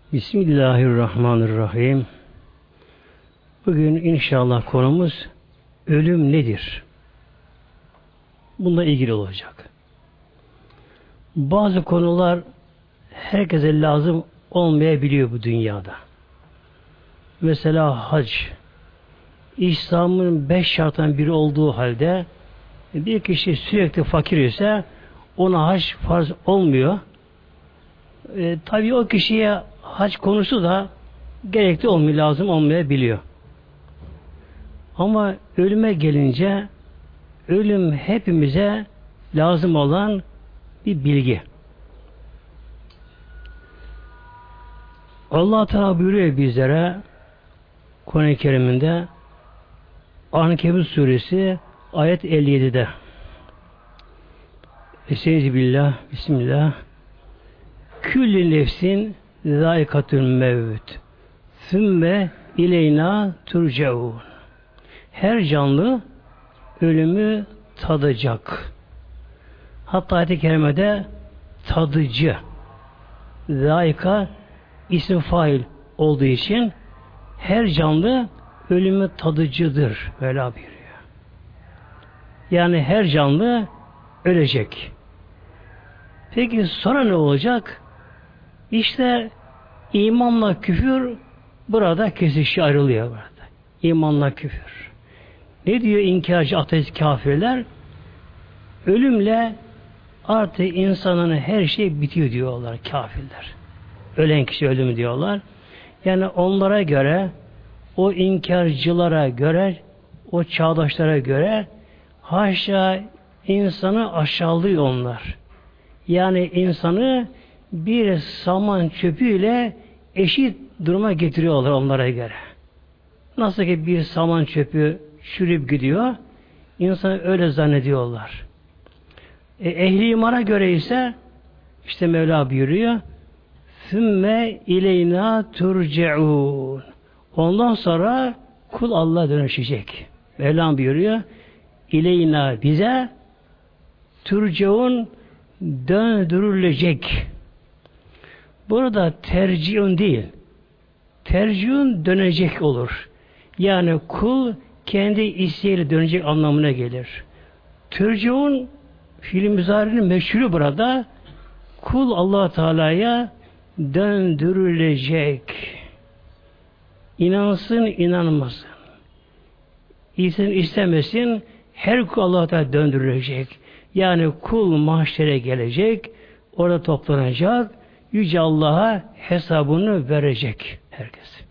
Bismillahirrahmanirrahim. Bugün inşallah konumuz ölüm nedir? Bununla ilgili olacak. Bazı konular herkese lazım olmayabiliyor bu dünyada. Mesela hac. İslam'ın 5 şarttan biri olduğu halde bir kişi sürekli fakir ise ona hac farz olmuyor. Tabii o kişiye hac konusu da gerekli olmuyor, lazım olmayabiliyor. Ama ölüme gelince ölüm hepimize lazım olan bir bilgi. Allah Teala buyuruyor bizlere Kur'an-ı Kerim'inde Ankebut suresi ayet 57'de. Estağfirullah, bismillah. Külli nefsin zâikatül mevt. Sümme ileyna turcaun. Her canlı ölümü tadacak. Hatta ayet-i kerimede tadıcı. Zâika isim fail olduğu için her canlı ölümü tadıcıdır. Böyle buyuruyor. Yani her canlı ölecek. Peki sonra ne olacak? İşte imanla küfür burada kesişi ayrılıyor burada. İmanla küfür. Ne diyor inkarcı ateist kafirler? Ölümle artık insanın her şey bitiyor diyorlar kafirler. Ölen kişi ölümü diyorlar. Yani onlara göre, o inkarcılara göre, o çağdaşlara göre haşa insanı aşağılıyor onlar. Yani insanı bir saman çöpüyle eşit duruma getiriyorlar onlara göre. Nasıl ki bir saman çöpü çürüyüp gidiyor, insanı öyle zannediyorlar. Ehli imana göre ise işte Mevla buyuruyor sümme ileyna turceun. Ondan sonra kul Allah'a dönüşecek. Mevlam buyuruyor ileyna bize turceun döndürülecek. Burada tercihun değil. Tercihun dönecek olur. Yani kul kendi isteğiyle dönecek anlamına gelir. Tercihun fiil müzari'nin meşhurü burada kul Allah Teala'ya döndürülecek. İnansın, inanmasın. İstesin, istemesin her kul Allah Teala döndürülecek. Yani kul mahşere gelecek, orada toplanacak, Yüce Allah'a hesabını verecek herkes.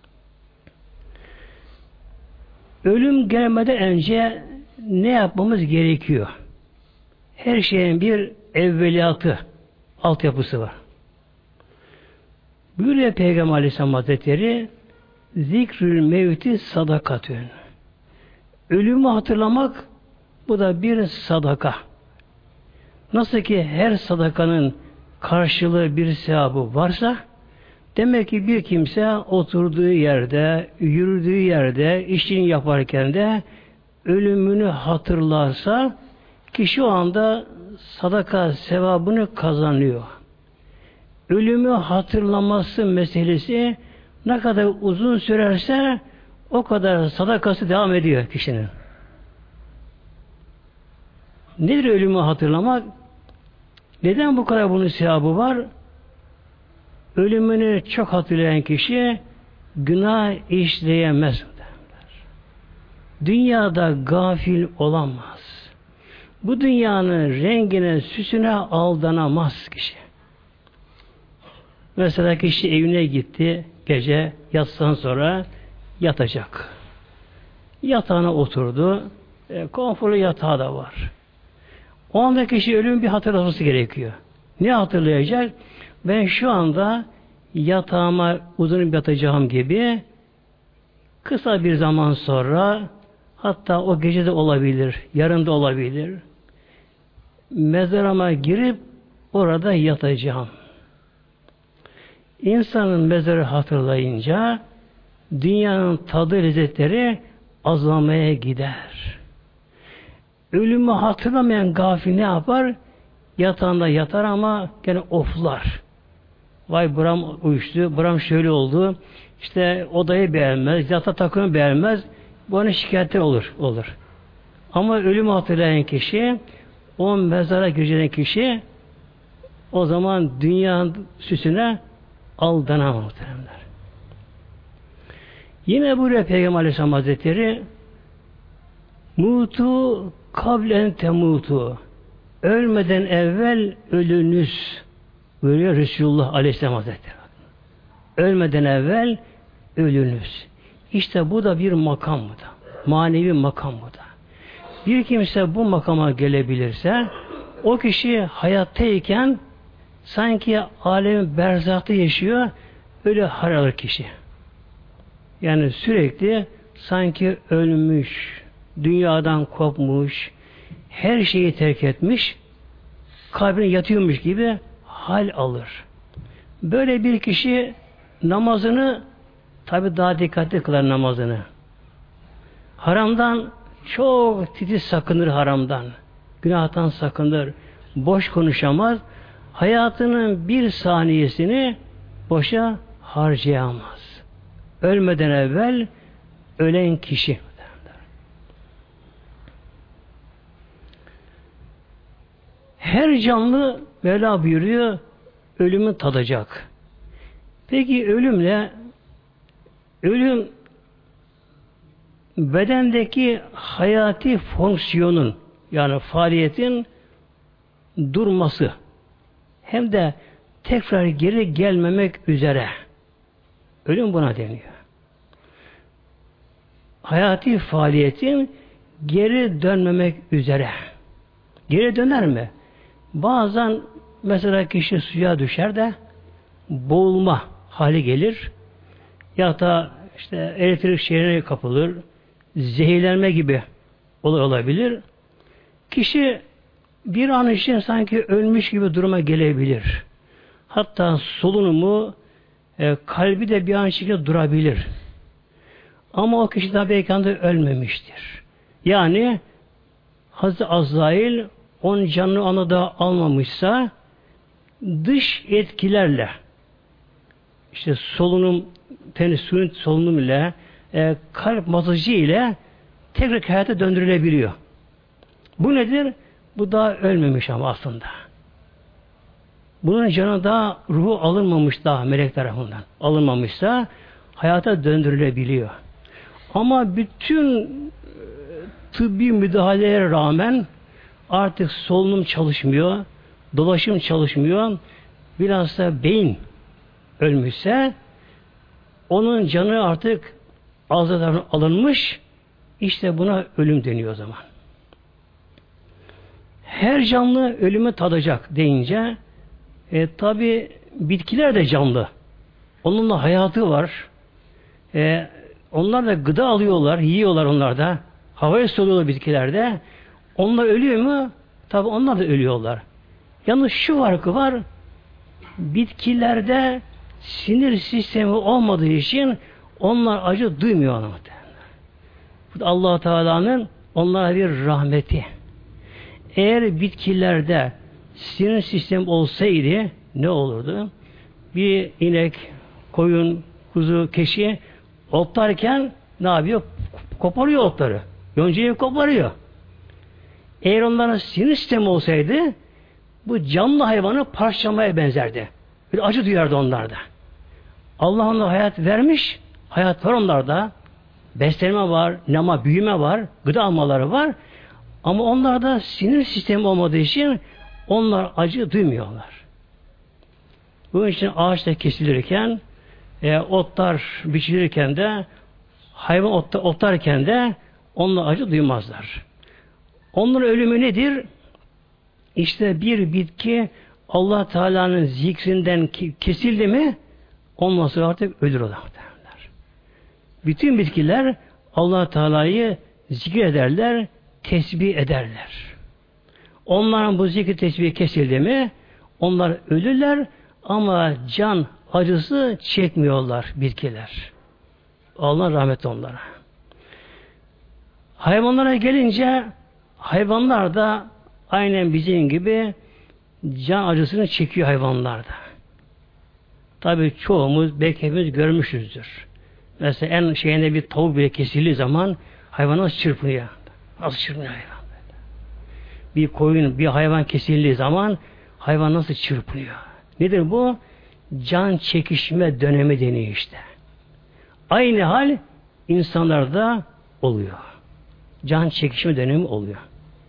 Ölüm gelmeden önce ne yapmamız gerekiyor? Her şeyin bir evveliyatı, altyapısı var. Buyuruyor Peygamber Aleyhisselam Hazretleri zikrül mevti sadakatün. Ölümü hatırlamak bu da bir sadaka. Nasıl ki her sadakanın karşılığı bir sevabı varsa demek ki bir kimse oturduğu yerde, yürüdüğü yerde, işini yaparken de ölümünü hatırlarsa kişi o anda sadaka sevabını kazanıyor. Ölümü hatırlaması meselesi ne kadar uzun sürerse o kadar sadakası devam ediyor kişinin. Nedir ölümü hatırlamak? Neden bu kadar bunun sevabı var? Ölümünü çok hatırlayan kişi günah işleyemez. Dünyada gafil olamaz. Bu dünyanın rengine, süsüne aldanamaz kişi. Mesela kişi evine gitti, gece yatsıdan sonra yatacak. Yatağına oturdu, konforlu yatağı da var. O anda kişi ölümü bir hatırlaması gerekiyor. Ne hatırlayacak? Ben şu anda yatağıma uzanıp yatacağım gibi kısa bir zaman sonra hatta o gece de olabilir, yarın da olabilir. Mezarıma girip orada yatacağım. İnsanın mezarı hatırlayınca dünyanın tadı lezzetleri azalmaya gider. Ölümü hatırlamayan gafil ne yapar? Yatağında yatar ama gene oflar. Vay buram uyuştu, buram şöyle oldu. İşte odayı beğenmez, yatak takımı beğenmez. Bu onun şikayetler olur. Ama ölümü hatırlayan kişi, o mezara girecek kişi, o zaman dünyanın süsüne aldanamaz muhteremler. Yine buraya Peygamber Aleyhisselam Hazretleri mutu kablen temutu, ölmeden evvel ölünüz buyuruyor Resulullah Aleyhisselam Hazretleri. Ölmeden evvel ölünüz. İşte bu da bir makam bu da. Manevi makam bu da. Bir kimse bu makama gelebilirse o kişi hayattayken sanki alemin berzahta yaşıyor, öyle hal alır kişi. Yani sürekli sanki ölmüş, dünyadan kopmuş, her şeyi terk etmiş, kalbine yatıyormuş gibi hal alır. Böyle bir kişi namazını tabi daha dikkatli kılar namazını. Haramdan çok titiz sakınır haramdan. Günahtan sakınır. Boş konuşamaz. Hayatının bir saniyesini boşa harcayamaz. Ölmeden evvel ölen kişi. Her canlı Mevla buyuruyor ölümü tadacak. Peki ölüm bedendeki hayati fonksiyonun yani faaliyetin durması hem de tekrar geri gelmemek üzere ölüm buna deniyor. Hayati faaliyetin geri dönmemek üzere. Geri döner mi? Bazen mesela kişi suya düşer de boğulma hali gelir. Ya da işte elektrik şeyine kapılır. Zehirlenme gibi olabilir. Kişi bir an için sanki ölmüş gibi duruma gelebilir. Hatta solunumu kalbi de bir an şekilde durabilir. Ama o kişi daha belki de ölmemiştir. Yani Hazreti Azrail onun canını anada almamışsa dış etkilerle işte solunum suyun solunum ile kalp masajı ile tekrar hayata döndürülebiliyor. Bu nedir? Bu daha ölmemiş ama aslında. Bunun canı daha ruhu alınmamış daha melek tarafından. Alınmamışsa hayata döndürülebiliyor. Ama bütün tıbbi müdahalelere rağmen artık solunum çalışmıyor, dolaşım çalışmıyor. Bilhassa beyin ölmüşse onun canı artık ağızdan alınmış. İşte buna ölüm deniyor o zaman. Her canlı ölümü tadacak deyince tabi bitkiler de canlı. Onun da hayatı var. Onlar da gıda alıyorlar, yiyorlar onlar da. Havaya soluyorlar bitkilerde. Onlar ölüyor mu? Tabi onlar da ölüyorlar. Yalnız şu farkı var. Bitkilerde sinir sistemi olmadığı için onlar acı duymuyor. Allah Teala'nın onlara bir rahmeti. Eğer bitkilerde sinir sistemi olsaydı ne olurdu? Bir inek, koyun, kuzu, keçi otlarken ne yapıyor? Koparıyor otları. Yoncayı koparıyor. Eğer onların sinir sistemi olsaydı bu canlı hayvanı parçalamaya benzerdi. Bir acı duyardı onlarda. Allah onlara hayat vermiş. Hayat var onlarda. Beslenme var, nama, büyüme var, gıda almaları var. Ama onlarda sinir sistemi olmadığı için onlar acı duymuyorlar. Bunun için ağaçta kesilirken otlar biçilirken de hayvan otlarken de onlar acı duymazlar. Onların ölümü nedir? İşte bir bitki Allah Teala'nın zikrinden kesildi mi ondan sonra artık ölür o da. Bütün bitkiler Allah Teala'yı zikrederler, tesbih ederler. Onların bu zikir tesbihi kesildi mi onlar ölürler ama can acısı çekmiyorlar bitkiler. Allah rahmet onlara. Hayvanlara gelince hayvanlar da aynen bizim gibi can acısını çekiyor hayvanlar da. Tabii çoğumuz, belki hepimiz görmüşüzdür. Mesela en şeyinde bir tavuk bile kesildiği zaman hayvan nasıl çırpınıyor? Nasıl çırpınıyor hayvan? Bir koyun, bir hayvan kesildiği zaman hayvan nasıl çırpınıyor? Nedir bu? Can çekişme dönemi deniyor işte. Aynı hal insanlarda oluyor. Can çekişme dönemi oluyor.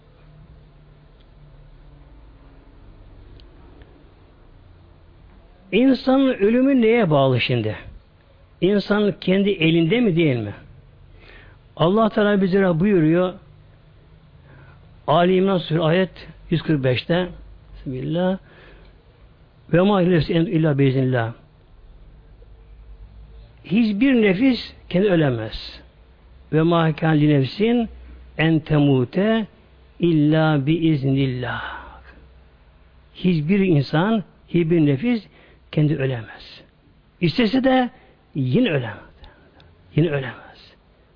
İnsanın ölümü neye bağlı şimdi? İnsanın kendi elinde mi değil mi? Allah Teala bize buyuruyor. Ali İmran Suresi ayet 145'te Bismillah ve ma illa biiznillah. Hiçbir nefis kendi ölemez. Ve ma kan li nefsin en temute illa biiznillah. Hiçbir insan, hiçbir nefis kendi ölemez. İstese de yine ölemez. Yine ölemez.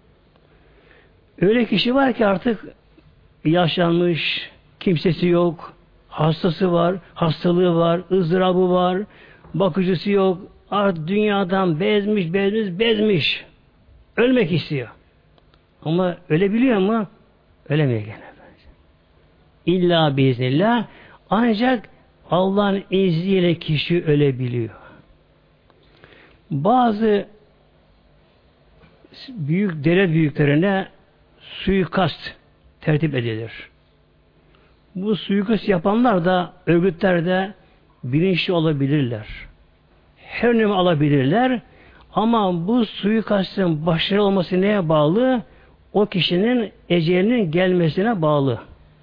Öyle kişi var ki artık yaşlanmış, kimsesi yok, hastası var, hastalığı var, ızdırabı var, bakıcısı yok, artık dünyadan bezmiş. Ölmek istiyor. Ama ölebiliyor mu? Ölemiyor gene. İlla biiznillah, ancak Allah'ın izniyle kişi ölebiliyor. Bazı büyük devlet büyüklerine suikast tertip edilir. Bu suikast yapanlar da örgütlerde bilinçli olabilirler. Her önlemi alabilirler. Ama bu suikastın başarılı olması neye bağlı? O kişinin ecelinin gelmesine bağlı.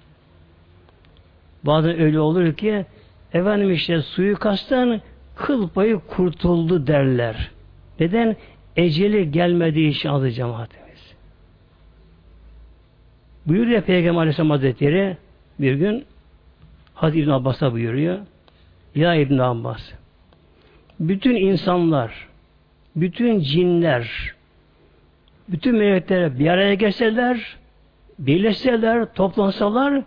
Bazen öyle olur ki efendim işte suikasttan kıl payı kurtuldu derler. Neden? Eceli gelmediği için adı cemaatimiz. Buyuruyor Peygamber Aleyhisselam Hazretleri bir gün Hazreti İbn Abbas'a buyuruyor. Ya İbn Abbas, bütün insanlar, bütün cinler, bütün melekler bir araya gelseler, birleşseler, toplansalar,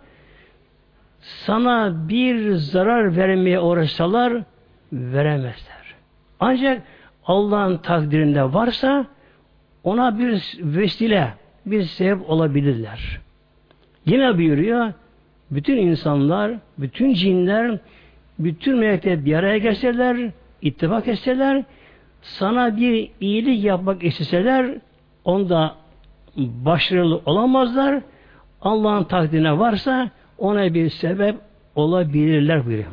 sana bir zarar vermeye uğraşsalar, veremezler. Ancak Allah'ın takdirinde varsa ona bir vesile, bir sebep olabilirler. Yine buyuruyor, bütün insanlar, bütün cinler, bütün melekler bir araya gelseler, ittifak etseler, sana bir iyilik yapmak isteseler, onda başarılı olamazlar. Allah'ın takdirine varsa ona bir sebep olabilirler buyuruyor.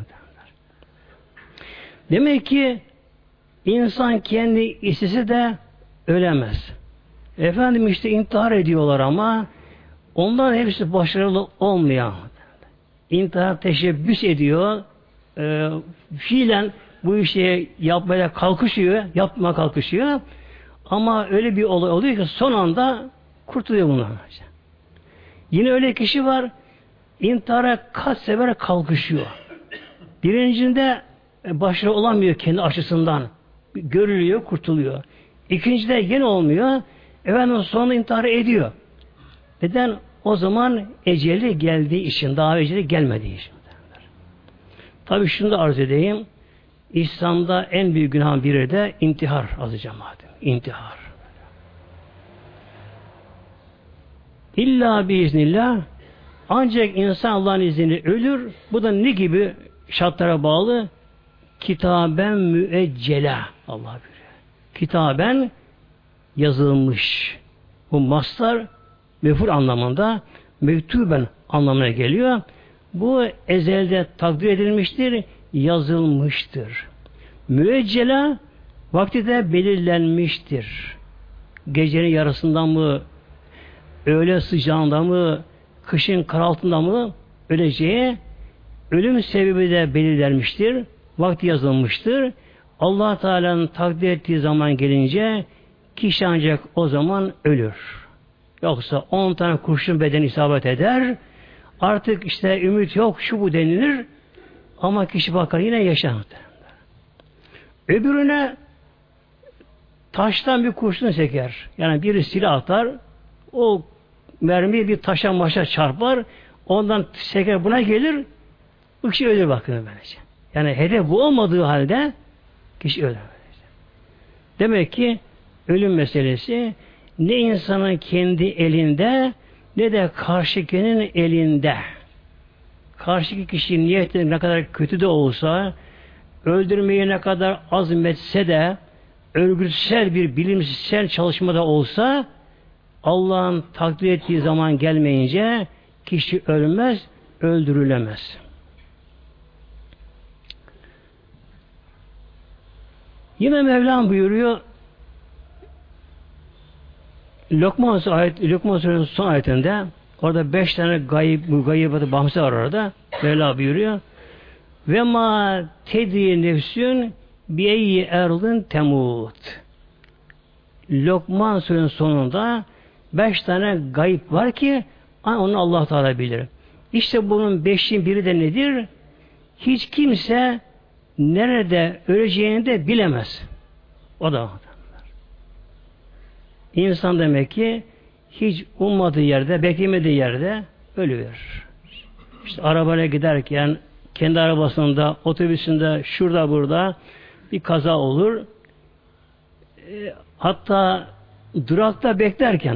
Demek ki insan kendi istese de ölemez. Efendim işte intihar ediyorlar ama onların hepsi başarılı olmuyor. İntihar teşebbüs ediyor. Fiilen bu işi yapmaya kalkışıyor. Ama öyle bir olay oluyor ki son anda kurtuluyor bunlar. Yine öyle kişi var, intihara kaç sefer kalkışıyor. Birincinde başarılı olamıyor kendi açısından. Görülüyor, kurtuluyor. İkincide yine olmuyor. Efendim sonra intihar ediyor. Neden? O zaman eceli geldiği için, daha eceli gelmediği için. Tabii şunu da arz edeyim. İslam'da en büyük günahın biri de intihar azı cemaatim. İntihar. İlla biiznillah, ancak insan Allah'ın izniyle ölür. Bu da ne gibi şartlara bağlı? Kitaben müeccela. Allah buyuruyor. Kitaben yazılmış. Bu mastar mef'ul anlamında, mektuben anlamına geliyor. Bu ezelde takdir edilmiştir, yazılmıştır. Müeccela vakti de belirlenmiştir. Gecenin yarısından mı, öğle sıcağında mı, kışın karaltında mı öleceği, ölüm sebebi de belirlenmiştir. Vakti yazılmıştır. Allah Teala'nın takdir ettiği zaman gelince kişi ancak o zaman ölür. Yoksa 10 tane kurşun beden isabet eder. Artık işte ümit yok, şu bu denilir. Ama kişi bakar yine yaşar. Öbürüne taştan bir kurşun çeker. Yani biri silah atar. O mermi bir taşa maşa çarpar. Ondan şeker buna gelir. Bu kişi ölür bakın böylece. Yani hedef bu olmadığı halde Kişi ölür. Demek ki ölüm meselesi ne insanın kendi elinde ne de karşıkinin elinde. Karşıki kişinin niyeti ne kadar kötü de olsa, öldürmeyi ne kadar azmetse de, örgütsel bir bilimsel çalışmada olsa, Allah'ın takdir ettiği zaman gelmeyince kişi ölmez, öldürülemez. Yine Mevlam buyuruyor, Lokman Suresinin son ayetinde, orada 5 tane gayıbatı bahsi var orada. Mevla buyuruyor. Ve ma tedri nefsün biyeyyi erdin temut. Lokman Suresinin sonunda 5 tane gayb var ki onu Allah Teala bilir. İşte bunun 5'in biri de nedir? Hiç kimse nerede öleceğini de bilemez. O da İnsan demek ki hiç ummadığı yerde, beklemediği yerde ölüyor. İşte arabayla giderken kendi arabasında, otobüsünde, şurada burada bir kaza olur. Hatta durakta beklerken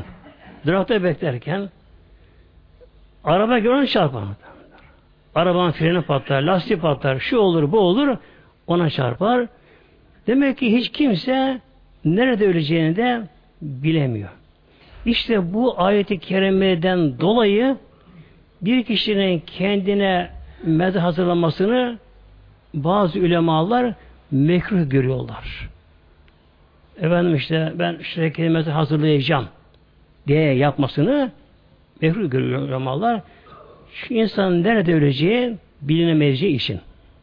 araba gören çarpar. Arabanın freni patlar, lastik patlar, şu olur, bu olur, ona çarpar. Demek ki hiç kimse nerede öleceğini de bilemiyor. İşte bu ayet-i kerimeden dolayı bir kişinin kendine mezar hazırlamasını bazı ulemalar mekruh görüyorlar. Efendim işte ben şuraya mezar hazırlayacağım diye yapmasını mekruh görüyor ulemalar. Şu insanın nerede öleceği bilinemeyeceği için.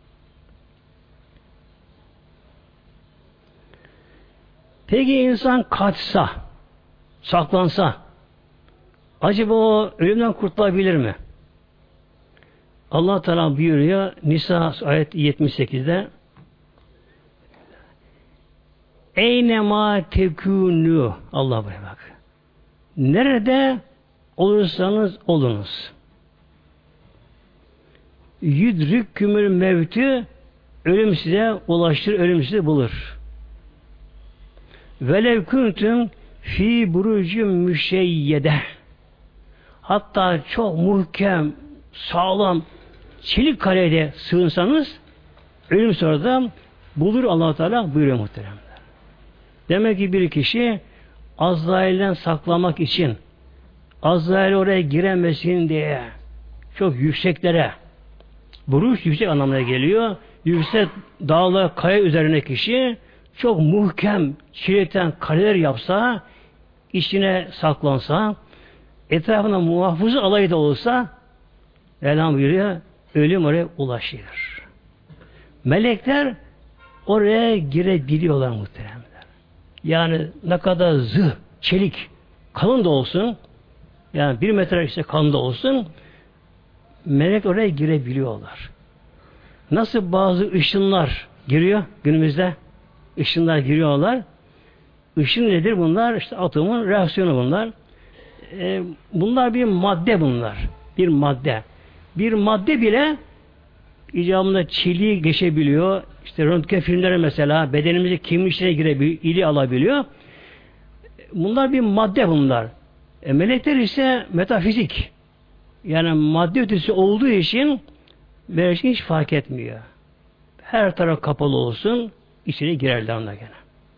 Peki insan kaçsa, saklansa, acaba o ölümden kurtulabilir mi? Allah Teala buyuruyor Nisa ayet 78'de Eynema tekûnû Allah buraya bak. Nerede olursanız olunuz. Yudrikkumul mevtü ölüm size ulaştır, ölüm sizi bulur. Velev kuntum fi burucun müşeyyede. Hatta çok muhkem, sağlam, çelik kalede sığınsanız ölüm sonra bulur Allah Teala buyuruyor muhteremler. Demek ki bir kişi Azrail'den saklamak için Azrail oraya giremesin diye çok yükseklere buruç yüksek anlamına geliyor. Yüksek dağlar, kaya üzerine kişi çok muhkem çelikten kaleler yapsa, içine saklansa, etrafında muhafızı alayı da olsa, Mevlam buyuruyor, ölüm oraya ulaşır. Melekler oraya girebiliyorlar muhteremler. Yani ne kadar çelik, kalın da olsun, yani 1 metre işte kalın da olsun, melek oraya girebiliyorlar. Nasıl bazı ışınlar giriyor günümüzde? Işınlar giriyorlar. Işın nedir bunlar? İşte atomun reaksiyonu bunlar. Bunlar bir madde bunlar. Bir madde. Bir madde bile icabında çeliği geçebiliyor. İşte röntgen filmleri mesela bedenimize kemiğin içine girebiliyor, ili alabiliyor. Bunlar bir madde bunlar. Melekler ise metafizik. Yani madde ötesi olduğu için böyle şey hiç fark etmiyor. Her taraf kapalı olsun, içine girerler onlar gene.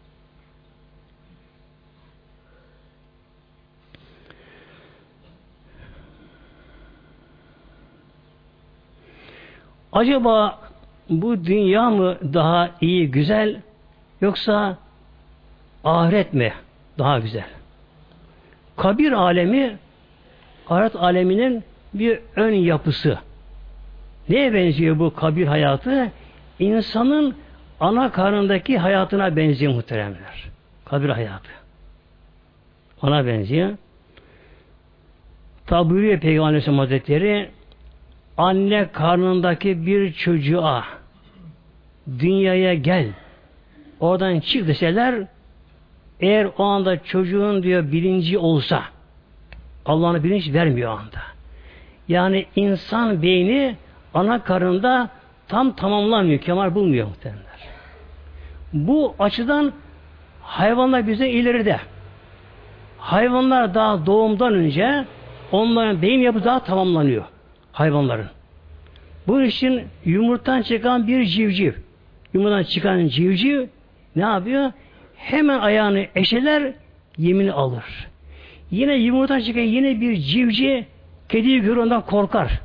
Acaba bu dünya mı daha iyi, güzel, yoksa ahiret mi daha güzel? Kabir alemi, ahiret aleminin bir ön yapısı. Neye benziyor bu kabir hayatı? İnsanın ana karnındaki hayatına benziyor muhteremler. Kabir hayatı. Ona benziyor. Tabi buyuruyor Peygamber Aleyhisselam Hazretleri, anne karnındaki bir çocuğa dünyaya gel, oradan çık deseler, eğer o anda çocuğun diyor bilinci olsa, Allah'ın bilinç vermiyor o anda. Yani insan beyni ana karnında tam tamamlanmıyor, kemal bulmuyor muhtemelenler. Bu açıdan hayvanlar bize ileride. Hayvanlar daha doğumdan önce onların beyin yapısı daha tamamlanıyor. Hayvanların. Bunun için yumurtadan çıkan bir civciv. Yumurtadan çıkan civciv ne yapıyor? Hemen ayağını eşeler, yemini alır. Yine yumurtadan çıkan yine bir civciv kediyi görür, ondan korkar.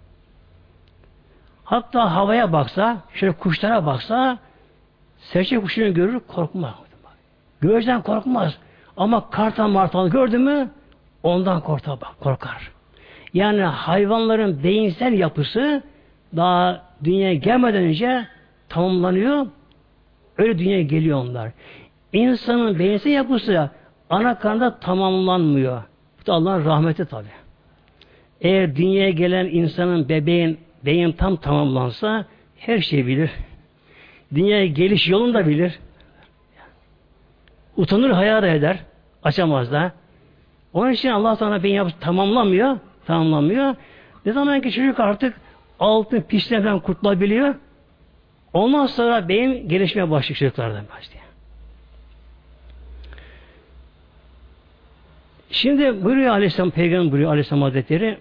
Hatta havaya baksa, şöyle kuşlara baksa, serçe kuşunu görür, korkmaz. Göğüsten korkmaz. Ama kartal martal gördü mü ondan korkar. Yani hayvanların beyinsel yapısı daha dünyaya gelmeden önce tamamlanıyor. Öyle dünyaya geliyor onlar. İnsanın beyinsel yapısı ana karnında tamamlanmıyor. Bu da Allah'ın rahmeti tabi. Eğer dünyaya gelen insanın beyin tam tamamlansa her şeyi bilir. Dünyaya geliş yolunu da bilir. Utanır, hayal eder. Açamaz da. Onun için Allah Teala beyin yapısı tamamlanmıyor. Ne zaman ki çocuk artık altın pislerden kurtulabiliyor, ondan sonra beyin gelişmeye başlıyor çocuklardan başlıyor. Şimdi buyuruyor Aleyhisselam, Peygamber buyuruyor Aleyhisselam Hazretleri,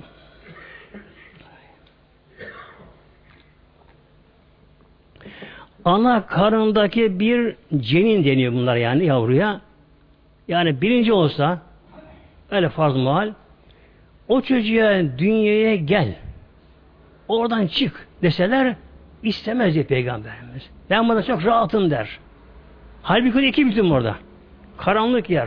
ana karnındaki bir cenin deniyor bunlar yani yavruya. Yani birinci olsa öyle farz muhal o çocuğa dünyaya gel, oradan çık deseler istemez diye Peygamberimiz. Ben burada çok rahatım der. Halbuki iki bütün orada. Karanlık yer.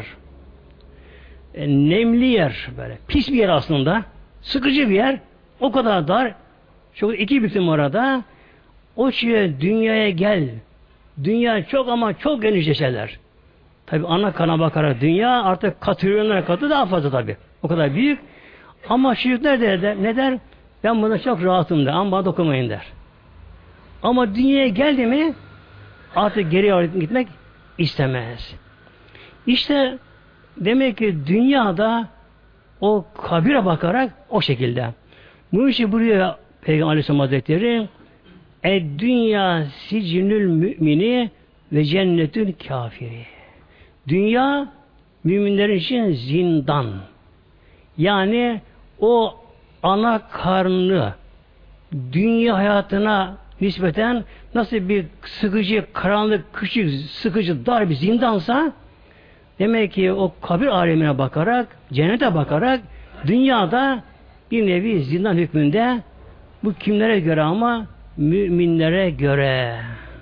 Nemli yer böyle. Pis bir yer aslında. Sıkıcı bir yer. O kadar dar. Çok iki bütün orada. O çocuğa dünyaya gel. Dünya çok ama çok geniş deseler. Tabi ana kana bakarak dünya artık katrilyonlar katı daha fazla tabi. O kadar büyük. Ama çocuklar ne der? Ben buna çok rahatım der. Ama bana dokunmayın der. Ama dünyaya geldi mi artık geriye gitmek istemez. İşte demek ki dünyada o kabire bakarak o şekilde. Bu işi buraya Peygamber Aleyhisselam Hazretleri dünya sicinül mümini ve cennetül kafiri. Dünya müminlerin için zindan. Yani o ana karnı dünya hayatına nispeten nasıl bir sıkıcı, karanlık, küçük, sıkıcı, dar bir zindansa demek ki o kabir alemine bakarak, cennete bakarak dünyada bir nevi zindan hükmünde. Bu kimlere göre ama? Müminlere göre.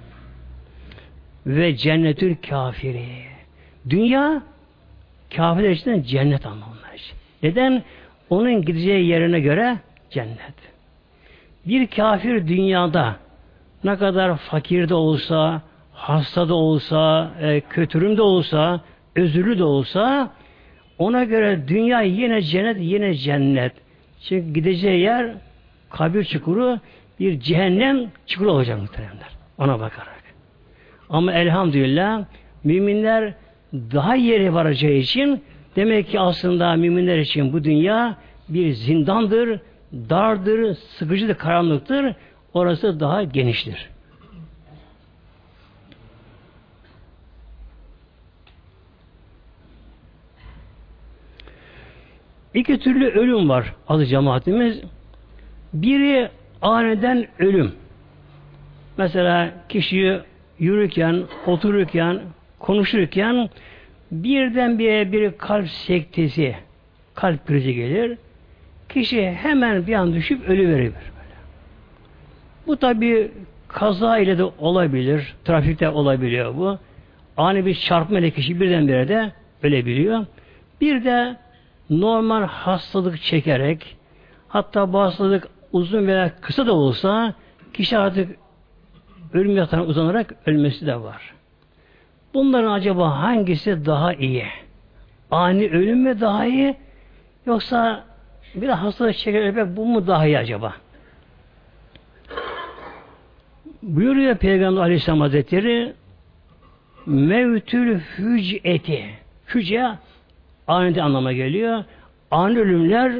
Ve cennetül kafiri. Dünya kafirler için cennet anlamında. Neden? Onun gideceği yerine göre cennet. Bir kafir dünyada ne kadar fakir de olsa, hasta da olsa, kötürüm de olsa, özürlü de olsa ona göre dünya yine cennet, yine cennet. Çünkü gideceği yer kabir çukuru, bir cehennem çukuru olacak muhteremler. Ona bakarak. Ama elhamdülillah müminler daha yere varacağı için demek ki aslında müminler için bu dünya bir zindandır, dardır, sıkıcıdır, karanlıktır. Orası daha geniştir. İki türlü ölüm var adı cemaatimiz. Biri aniden ölüm. Mesela kişi yürürken, otururken, konuşurken birdenbire bir kalp sektesi, kalp krizi gelir. Kişi hemen bir an düşüp ölüverir. Bu tabi kaza ile de olabilir, trafikte olabiliyor bu. Ani bir çarpma ile kişi birdenbire de ölebiliyor. Bir de normal hastalık çekerek, hatta bu hastalık uzun veya kısa da olsa kişi artık ölüm yatağına uzanarak ölmesi de var. Bunların acaba hangisi daha iyi? Ani ölüm mü daha iyi? Yoksa bir de hastalık çekerek bu mu daha iyi acaba? Buyuruyor Peygamber Aleyhisselam Hazretleri mevtül hüc'eti. Hüc'e ani anlama geliyor. Ani ölümler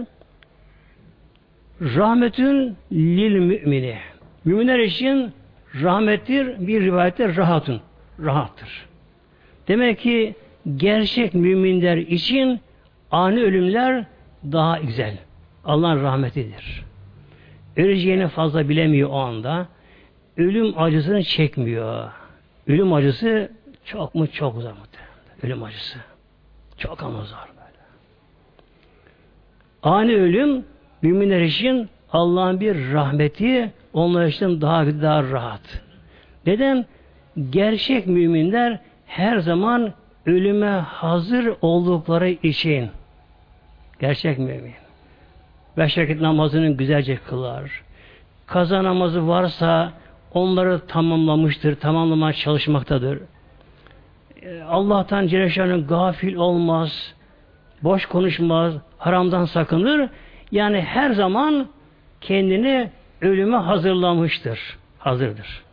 rahmetün lil mümini. Müminler için rahmettir, bir rivayette rahatun. rahattır. Demek ki gerçek müminler için ani ölümler daha güzel. Allah'ın rahmetidir. Öleceğini fazla bilemiyor o anda. Ölüm acısını çekmiyor. Ölüm acısı çok mu çok zor muhtemelen. Ölüm acısı. Çok ama zor böyle. Ani ölüm müminler için Allah'ın bir rahmeti, onlar için daha rahat. Neden? Gerçek müminler her zaman ölüme hazır oldukları için. Gerçek mümin. Beş vakit namazını güzelce kılar. Kaza namazı varsa onları tamamlamıştır, tamamlamaya çalışmaktadır. Allah'tan Celle Şanlı'nın gafil olmaz, boş konuşmaz, haramdan sakınır. Yani her zaman kendini ölüme hazırlamıştır, hazırdır.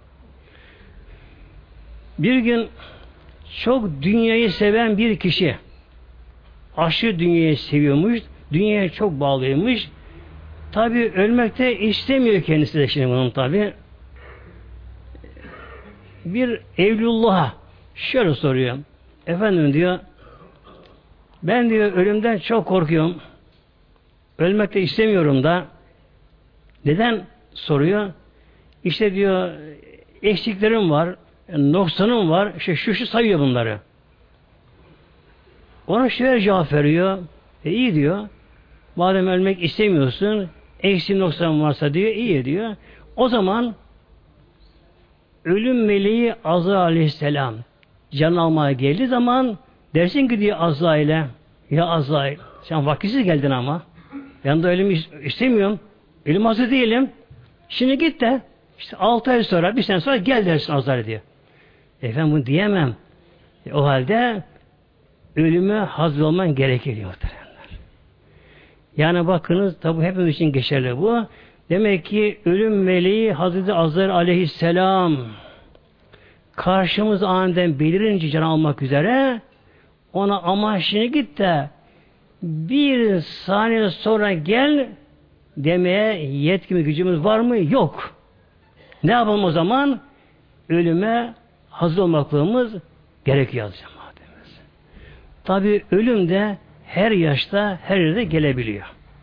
Bir gün çok dünyayı seven bir kişi, aşırı dünyayı seviyormuş, dünyaya çok bağlıymış. Tabi ölmekte istemiyor kendisi de şimdi bunun tabi. Bir Evliullah'a şöyle soruyor. Efendim diyor, ben diyor ölümden çok korkuyorum. Ölmekte istemiyorum da. Neden? Soruyor. İşte diyor eksiklerim var, noksanım var. İşte şu sayıyor bunları. Ona şöyle cevap veriyor. İyi diyor. Madem ölmek istemiyorsun, eksi noksan varsa diyor, iyi diyor. O zaman ölüm meleği Azrail Aleyhisselam can almaya geldiği zaman dersin ki diyor Azrail'e, ya Azrail sen vakitsiz geldin ama ben de ölüm istemiyorum. Ölüm hazır değilim. Şimdi git de işte 6 ay sonra, bir sene sonra gel dersin Azrail diyor. Efendim bunu diyemem. O halde ölüme hazır olman gerekir diyor. Yani bakınız tabi hepimiz için geçerli bu. Demek ki ölüm meleği Hazreti Azrail Aleyhisselam karşımız aniden belirince can almak üzere ona aman şimdi git de bir saniye sonra gel demeye yetkimiz gücümüz var mı? Yok. Ne yapalım o zaman? Ölüme hazır olmaklığımız gerekiyor cemaatimiz. Tabi ölüm de her yaşta, her yerde gelebiliyor.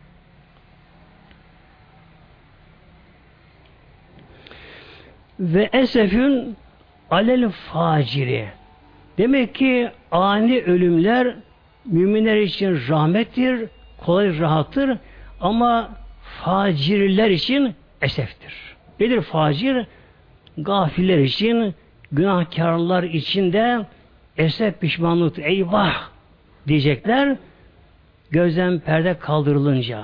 Ve esefün alel faciri. Demek ki ani ölümler müminler için rahmettir, kolay rahattır ama facirler için eseftir. Nedir facir? Gafiller için, günahkarlar için de esef pişmanlık, eyvah diyecekler. Gözden perde kaldırılınca.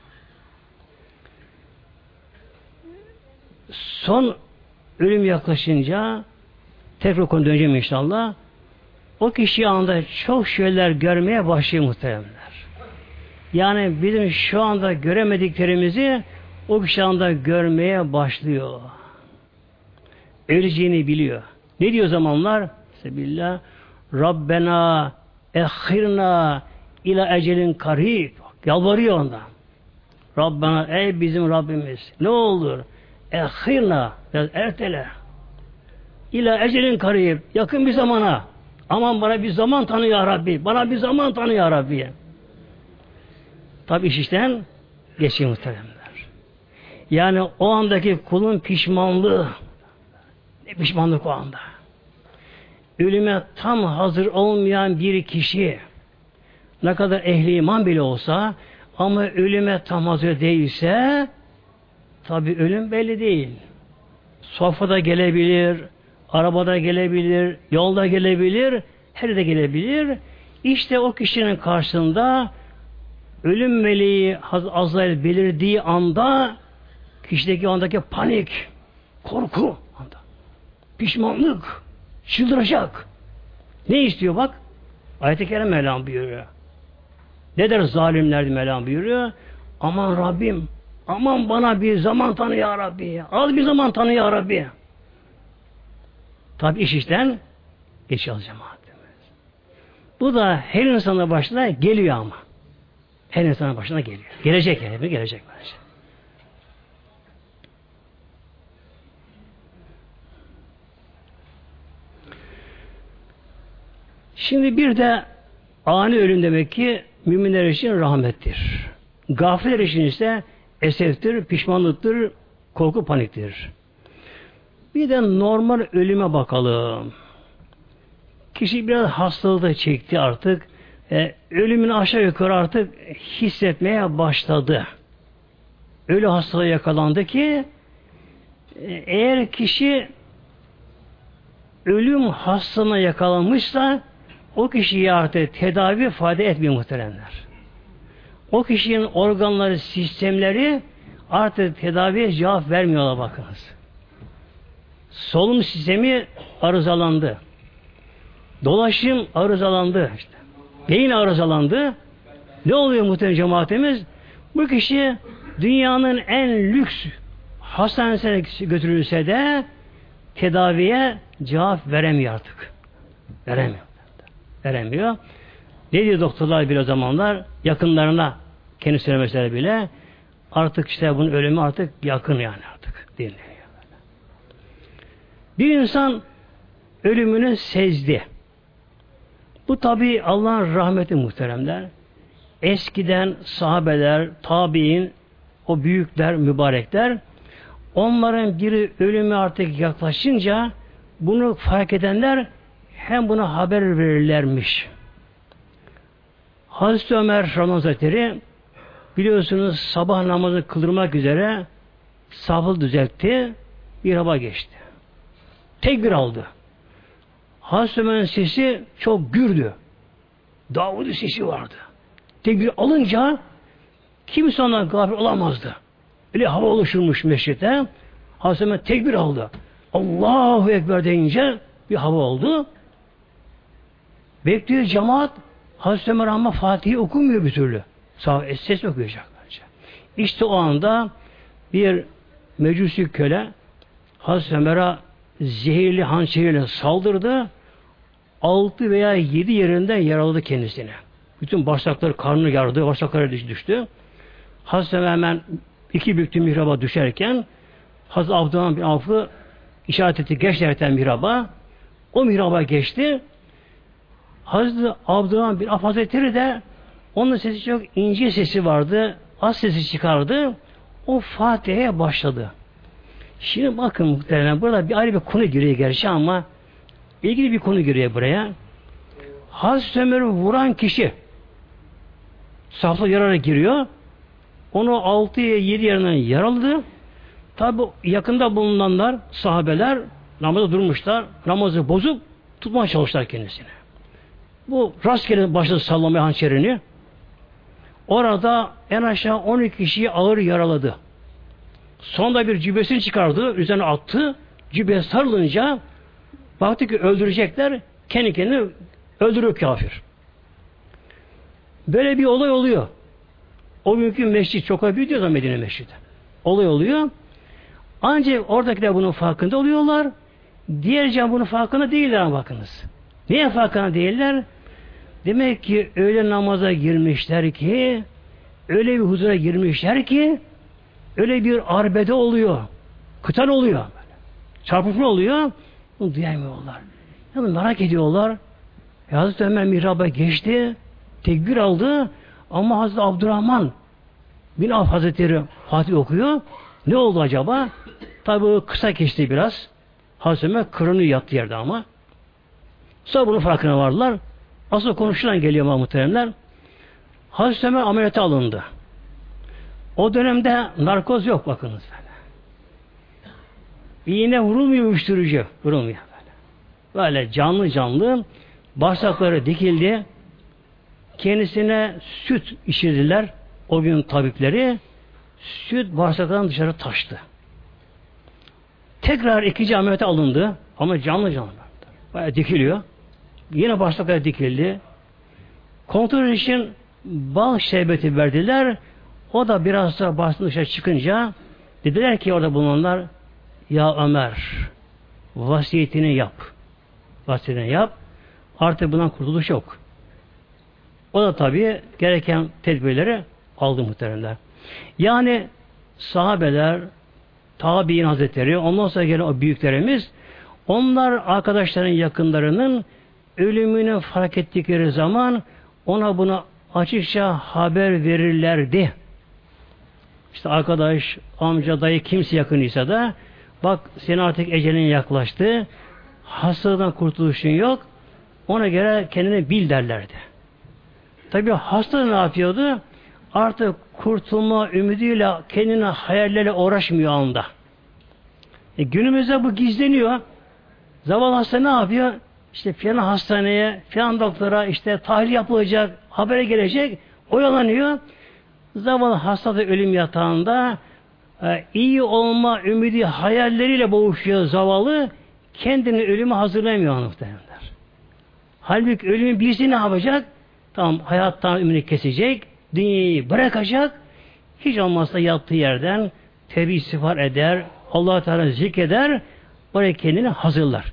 Son ölüm yaklaşınca tekrar konu döneceğim inşallah. O kişi anda çok şeyler görmeye başlıyor muhtemelenler. Yani bizim şu anda göremediklerimizi o kişi anda görmeye başlıyor. Öleceğini biliyor. Ne diyor zamanlar? Sebillah. Rabbena ehhirna ila ecelin karib. Yalvarıyor ondan. Rabbena ey bizim Rabbimiz. Ne olur? Ehhirna. Biraz ertele. İla ecelin karib. Yakın bir zamana. Aman bana bir zaman tanı ya Rabbi. Bana bir zaman tanı ya Rabbi. Tabi iş işten geçiyor muhtemelenler. Yani o andaki kulun pişmanlığı, ne pişmanlık o anda. Ölüme tam hazır olmayan bir kişi, ne kadar ehli iman bile olsa, ama ölüme tam hazır değilse, tabi ölüm belli değil. Sofrada gelebilir, arabada gelebilir, yolda gelebilir, her yerde gelebilir. İşte o kişinin karşısında ölüm meleği Azrail belirdiği anda kişideki andaki panik, korku, pişmanlık, çıldıracak. Ne istiyor bak? Ayet-i Kerime Mevlam buyuruyor. Ne der zalimler Mevlam buyuruyor? Aman Rabbim, aman bana bir zaman tanı ya Rabbi. Az bir zaman tanı ya Rabbi. Tabi iş işten geçiyor cemaatimiz. Bu da her insanın başına geliyor ama. Her insanın başına geliyor. Gelecek yani. Bir gelecek bence. Şimdi bir de ani ölüm demek ki müminler için rahmettir. Gafiller için ise eseftir, pişmanlıktır, korku, paniktir. Bir de normal ölüme bakalım. Kişi biraz hastalığı da çekti artık. Ölümünü aşağı yukarı artık hissetmeye başladı. Öyle hastalığa yakalandı ki eğer kişi ölüm hastalığına yakalanmışsa o kişiye artık tedavi fayda etmiyor muhteremler. O kişinin organları, sistemleri artık tedaviye cevap vermiyorlar bakınız. Solunum sistemi arızalandı. Dolaşım arızalandı. İşte. Beyin arızalandı. Ne oluyor muhterem cemaatimiz? Bu kişi dünyanın en lüks hastanesine götürülse de tedaviye cevap veremiyor artık. Veremiyor. Ne diyor doktorlar bir o zamanlar? Yakınlarına kendi söylemeseler bile artık işte bunun ölümü artık yakın yani artık deniliyor. Bir insan ölümünü sezdi. Bu tabi Allah'ın rahmeti muhteremler. Eskiden sahabeler, tabiin, o büyükler, mübarekler, onların biri ölümü artık yaklaşınca bunu fark edenler hem buna haber verirlermiş. Hazreti Ömer Radıyallahu Hazretleri biliyorsunuz sabah namazı kıldırmak üzere safı düzeltti, mihraba geçti. Tekbir aldı. Hazreti Ömer'in sesi çok gürdü. Davud'un sesi vardı. Tekbir alınca kimse ondan gafil olamazdı. Öyle hava oluşurmuş meşrite. Hazreti Ömer tekbir aldı. Allahu Ekber deyince bir hava oldu. Bekliyor cemaat. Hazreti Ömer ama Fatih'i okumuyor bir türlü. Ses okuyacak bence. İşte o anda bir mecusi köle Hazreti Ömer'e zehirli hançeriyle saldırdı. 6 veya 7 yerinden yaraladı kendisine. Bütün bağırsakları, karnını yardı, bağırsakları düştü. Hazreti Ömer hemen 2 büklüm mihraba düşerken Hazreti Abdurrahman bin Avf'ı işaret etti, geç derken mihraba. O mihraba geçti. Hazreti Abdurrahman bin Avf Hazretleri de onun sesi çok ince sesi vardı. Az sesi çıkardı. O Fatiha'ya başladı. Şimdi bakın muhtemelen burada bir ayrı bir konu giriyor gerçi ama ilgili bir konu giriyor buraya. Hazreti Ömer'i vuran kişi safla yararak giriyor. Onu 6-7 yerinden yaraladı. Tabi yakında bulunanlar, sahabeler namaza durmuşlar. Namazı bozup tutmaya çalıştılar kendisini. Bu rastgele başladı sallamaya hançerini. Orada en aşağı 12 kişiyi ağır yaraladı. Sonunda bir cübbesini çıkardı, üzerine attı. Cübbeye sarılınca baktı ki öldürecekler, kendi kendini öldürüyor kafir. Böyle bir olay oluyor. O günkü mescid çok büyük diyorlar Medine Mescidi. Olay oluyor. Ancak oradakiler bunun farkında oluyorlar. Diğer cam bunun farkında değiller ama bakınız. Niye farkında değiller? Demek ki öyle namaza girmişler ki, öyle bir huzura girmişler ki, öyle bir arbede oluyor. Kıtan oluyor. Çarpışma oluyor. Bunu duyamıyorlar. Yani merak ediyorlar. Hazreti Ömer mihraba geçti. Tekbir aldı. Ama Hazreti Abdurrahman bin Avf Hazretleri Fatih okuyor. Ne oldu acaba? Tabi kısa geçti biraz. Hazreti Ömer kırını yattı yerde ama. Sonra bunun farkına vardılar. Asıl konuşulan geliyor muhteremler. Hazreti Ömer ameliyata alındı. O dönemde narkoz yok bakınız böyle. İğne vurulmuyor, uyuşturucu vurulmuyor böyle. Böyle canlı canlı bağırsakları dikildi. Kendisine süt içirdiler. O gün tabipleri süt bağırsaklarından dışarı taştı. Tekrar ikinci ameliyata alındı. Ama canlı canlı. Bayağı dikiliyor. Yine bağırsakları dikildi. Kontrol için bal şerbeti verdiler. O da biraz sonra bağırsaktan dışarı çıkınca dediler ki orada bulunanlar ya Ömer vasiyetini yap. Vasiyetini yap. Artık bundan kurtuluş yok. O da tabii gereken tedbirleri aldı muhteremler. Yani sahabeler, tabiin hazretleri, ondan sonra gelen o büyüklerimiz, onlar arkadaşların yakınlarının ölümünü fark ettikleri zaman ona bunu açıkça haber verirlerdi. İşte arkadaş, amca, dayı kimse yakınıysa da bak senin artık ecelin yaklaştı. Hastalıktan kurtuluşun yok. Ona göre kendini bil derlerdi. Tabi hasta ne yapıyordu? Artık kurtulma ümidiyle kendine hayallerle uğraşmıyor anda. Günümüzde bu gizleniyor. Zavallı hasta ne yapıyor? İşte filan hastaneye, filan doktora işte tahlil yapılacak, habere gelecek, oyalanıyor. Zavallı hasta da ölüm yatağında iyi olma ümidi hayalleriyle boğuşuyor zavallı. Kendini ölüme hazırlamıyor muhtemelenler. Halbuki ölümün birisi ne yapacak? Tamam hayattan ümidini kesecek, dünyayı bırakacak. Hiç olmazsa yattığı yerden tevbe istiğfar eder, Allah-u Teala zikreder, oraya kendini hazırlar.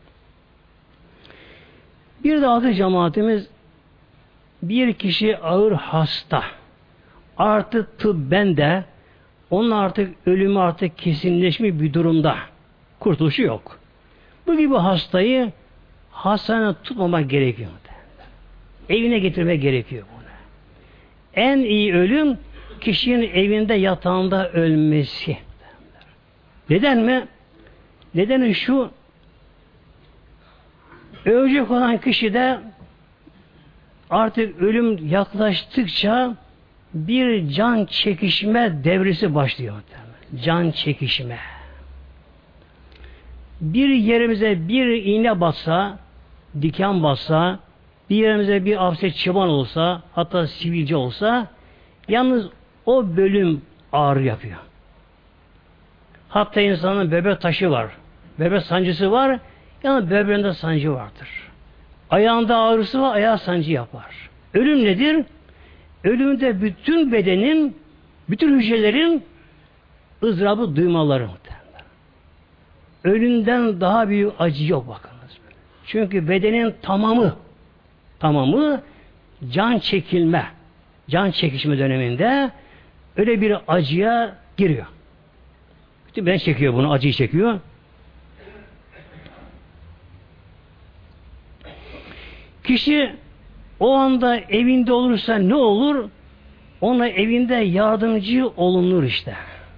Bir de adı cemaatimiz bir kişi ağır hasta. Artık tıbben de onun artık ölümü artık kesinleşmiş bir durumda. Kurtuluşu yok. Bu gibi hastayı hastaneye tutmamak gerekiyor. Evine getirmek gerekiyor bunu. En iyi ölüm kişinin evinde yatağında ölmesi. Neden mi? Nedeni şu, ölecek olan kişi de artık ölüm yaklaştıkça bir can çekişme devresi başlıyor. Can çekişme. Bir yerimize bir iğne batsa, diken batsa, bir yerimize bir afset çıban olsa, hatta sivilce olsa, yalnız o bölüm ağrı yapıyor. Hatta insanın böbrek taşı var, böbrek sancısı var, yani böbreğinde sancı vardır. Ayağında ağrısı var, ayağı sancı yapar. Ölüm nedir? Ölümde bütün bedenin, bütün hücrelerin ızdırabı duymaları. Ölümden daha büyük acı yok bakınız. Çünkü bedenin tamamı can çekilme, can çekişme döneminde öyle bir acıya giriyor. Bütün beden çekiyor bunu, acıyı çekiyor. Kişi o anda evinde olursa ne olur? Ona evinde yardımcı olunur işte.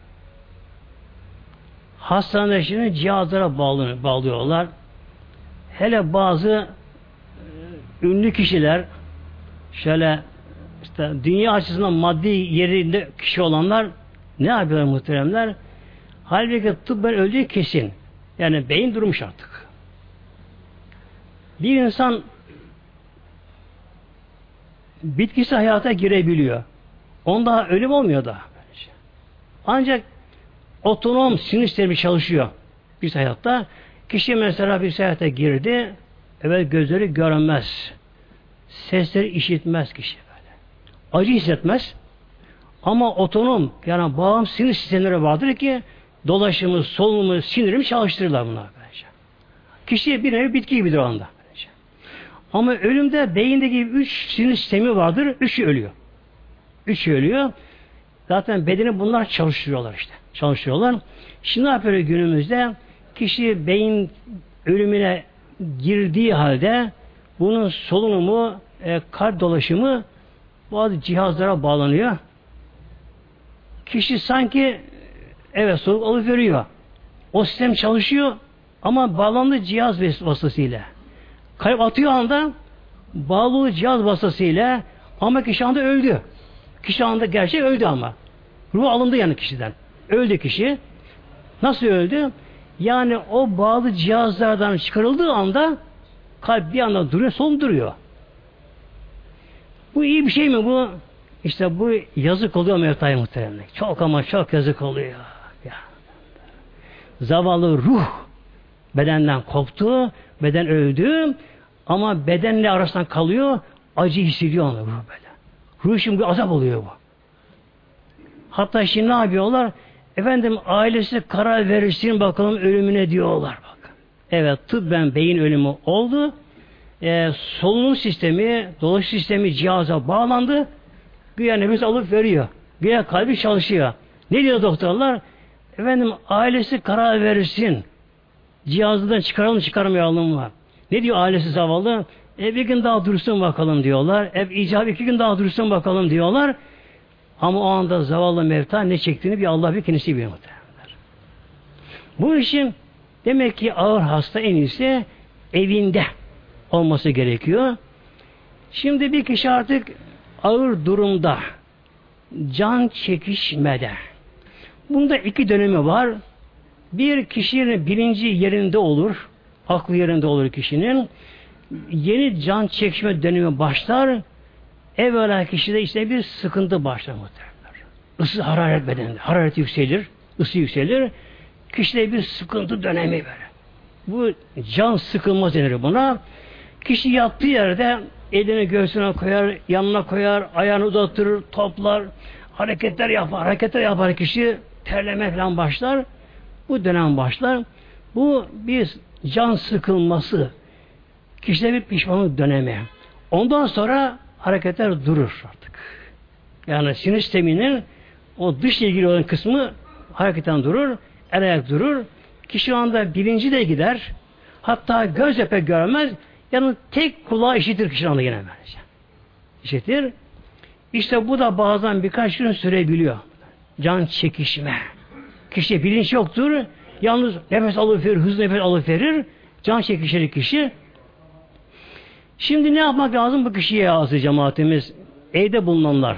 Hastanede şimdi cihazlara bağlıyorlar. Hele bazı ünlü kişiler şöyle işte dünya açısından maddi yerinde kişi olanlar ne yapıyorlar muhteremler? Halbuki tıbben öldüğü kesin. Yani beyin durmuş artık. Bir insan bitkisi hayata girebiliyor. Onda ölüm olmuyor da. Ancak otonom sinir sistemi çalışıyor bir hayatta. Kişi mesela bir hayata girdi, evet gözleri görmez. Sesleri işitmez kişi böyle. Acı hissetmez. Ama otonom yani bağımsız sinir sistemleri vardır ki dolaşımı, solunumu, sinirimi çalıştırırlar bunlar bence. Kişi bir nevi bitki gibidir o anda. Bence. Ama ölümde beyindeki 3 sinir sistemi vardır. 3'ü ölüyor. 3'ü ölüyor. Zaten bedeni bunlar çalıştırıyorlar işte. Çalıştırıyorlar. Şimdi ne yapıyor günümüzde? Kişi beyin ölümüne girdiği halde bunun solunumu, kalp dolaşımı bazı cihazlara bağlanıyor. Kişi sanki evet soluk alıveriyor. O sistem çalışıyor ama bağlandığı cihaz vasıtasıyla. Kalp atıyor anda bağlı cihaz vasıtasıyla ama kişi anda öldü. Kişi anda gerçek öldü ama. Ruh alındı yani kişiden. Öldü kişi. Nasıl öldü? Yani o bağlı cihazlardan çıkarıldığı anda kalp bir anda duruyor, solum duruyor. Bu iyi bir şey mi bu? İşte bu yazık oluyor mevtaya muhteremler. Çok ama çok yazık oluyor. Ya. Zavallı ruh bedenden koptu, beden öldü ama bedenle arasından kalıyor, acı hissediyor onu ruh böyle. Ruh için bir azap oluyor bu. Hatta şimdi ne yapıyorlar? Efendim ailesi karar verirsin bakalım ölümüne diyorlar bak. Evet tıbben beyin ölümü oldu. Solunum sistemi, dolaş sistemi cihaza bağlandı. Güya nefes alıp veriyor. Güya kalbi çalışıyor. Ne diyor doktorlar? Efendim ailesi karar verirsin. Cihazdan çıkaralım çıkarmayalım mı? Ne diyor ailesi zavallı? Bir gün daha dursun bakalım diyorlar. İcabı 2 gün daha dursun bakalım diyorlar. Ama o anda zavallı Mevta ne çektiğini bir Allah bir kendisi biliyor muhtemelenler. Bu işin demek ki ağır hasta en iyisi evinde olması gerekiyor. Şimdi bir kişi artık ağır durumda, can çekişmede. Bunda 2 dönemi var. Bir kişinin bilinci yerinde olur, aklı yerinde olur kişinin. Yeni can çekişme dönemi başlar. Evvela kişide işte bir sıkıntı başlar muhtemelen. Isı hararet bedende. Hararet yükselir, ısı yükselir. Kişide bir sıkıntı dönemi böyle. Bu can sıkılma denir buna. Kişi yattığı yerde elini göğsüne koyar, yanına koyar, ayağını uzatır, toplar, hareketler yapar kişi, terleme falan başlar. Bu dönem başlar. Bu bir can sıkılması. Kişide bir pişmanlık dönemi. Ondan sonra hareketler durur artık. Yani sinir sisteminin o dış ilgili olan kısmı hareketten durur, el ayak durur. Kişi o anda bilinci de gider. Hatta göz pek görmez. Yani tek kulağı işitir kişi anda yine bence. İşitir. İşte bu da bazen birkaç gün sürebiliyor. Can çekişme. Kişiye bilinç yoktur. Yalnız nefes alıverir, hızlı nefes alıverir. Can çekişir kişi. Şimdi ne yapmak lazım bu kişiye azı cemaatimiz? Evde bulunanlar.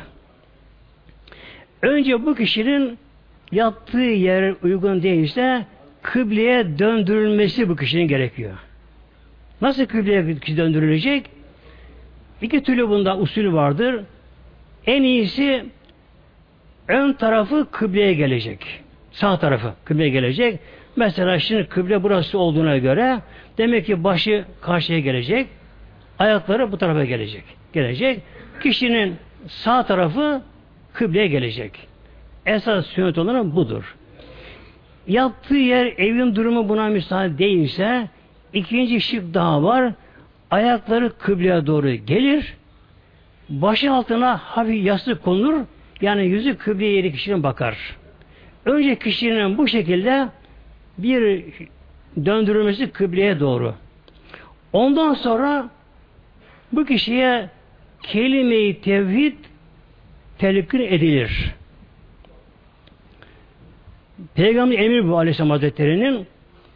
Önce bu kişinin yattığı yer uygun değilse kıbleye döndürülmesi bu kişinin gerekiyor. Nasıl kıbleye kişi döndürülecek? 2 türlü bunda usulü vardır. En iyisi ön tarafı kıbleye gelecek. Sağ tarafı kıbleye gelecek. Mesela şimdi kıble burası olduğuna göre demek ki başı karşıya gelecek. Ayakları bu tarafa gelecek. Kişinin sağ tarafı kıbleye gelecek. Esas sünnet olan budur. Yattığı yer evin durumu buna müsaade değilse ikinci şık daha var. Ayakları kıbleye doğru gelir. Başı altına hafif yastık konur. Yani yüzü kıbleye yeri kişinin bakar. Önce kişinin bu şekilde bir döndürülmesi kıbleye doğru. Ondan sonra bu kişiye kelime-i tevhid telkin edilir. Peygamber emir bu Aleyhisselam Hazretleri'nin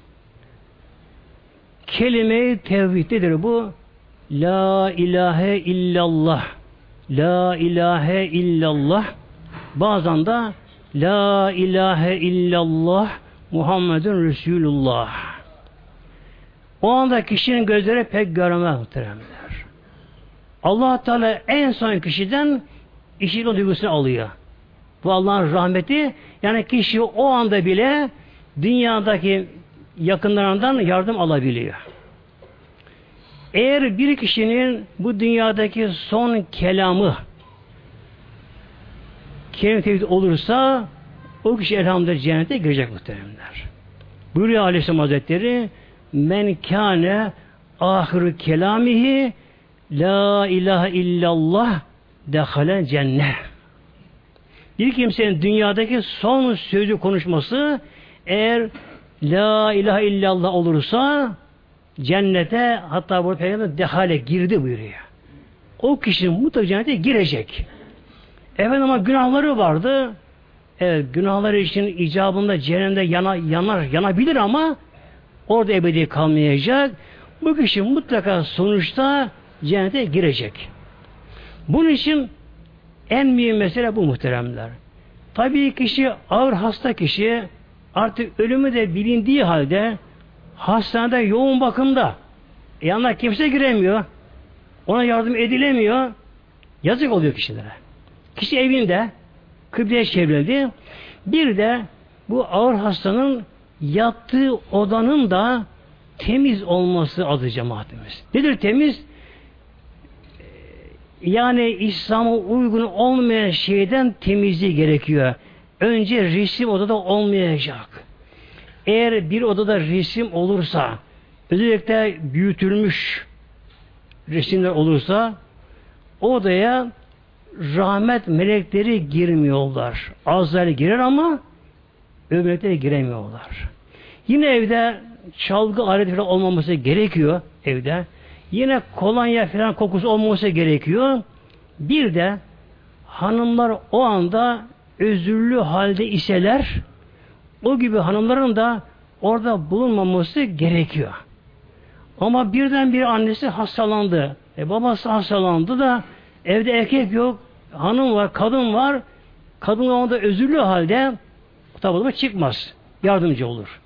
kelime-i tevhid'dir bu. La ilahe illallah. La ilahe illallah. Bazen de La ilahe illallah Muhammedun Resulullah. O anda kişinin gözleri pek görmez muhteremler. Allah Teala en son kişiden işin o duygusunu alıyor. Bu Allah'ın rahmeti, yani kişi o anda bile dünyadaki yakınlarından yardım alabiliyor. Eğer bir kişinin bu dünyadaki son kelamı kelime tevhid olursa o kişi elhamdülillah cennete girecek muhteremler. Buyuruyor Aleyhisselam Hazretleri men kâne ahiru kelamihi la ilahe illallah dehalen cennet. Bir kimsenin dünyadaki son sözü konuşması eğer la ilahe illallah olursa cennete, hatta bu Peygamber dehale girdi buyuruyor. O kişi mutlaka cennete girecek. Evet ama günahları vardı. Evet, günahları için icabında cehennemde yanabilir ama orada ebedi kalmayacak. Bu kişi mutlaka sonuçta cennete girecek. Bunun için en mühim mesele bu muhteremler. Tabii kişi ağır hasta kişi artık ölümü de bilindiği halde hastanede yoğun bakımda yanına kimse giremiyor. Ona yardım edilemiyor. Yazık oluyor kişilere. Kişi evinde kıbleye çevrildi. Bir de bu ağır hastanın yattığı odanın da temiz olması adı cemaatimiz. Nedir temiz? Yani İslam'a uygun olmayan şeyden temizliği gerekiyor. Önce resim odada olmayacak. Eğer bir odada resim olursa, özellikle büyütülmüş resimler olursa, odaya rahmet melekleri girmiyorlar. Azrail girer ama öbür melekleri giremiyorlar. Yine evde çalgı aleti falan olmaması gerekiyor evde. Yine kolonya falan kokusu olmaması gerekiyor. Bir de hanımlar o anda özürlü halde iseler, o gibi hanımların da orada bulunmaması gerekiyor. Ama birden bir annesi hastalandı. Babası hastalandı da evde erkek yok, hanım var, kadın var. Kadın o anda özürlü halde tabi çıkmaz. Yardımcı olur.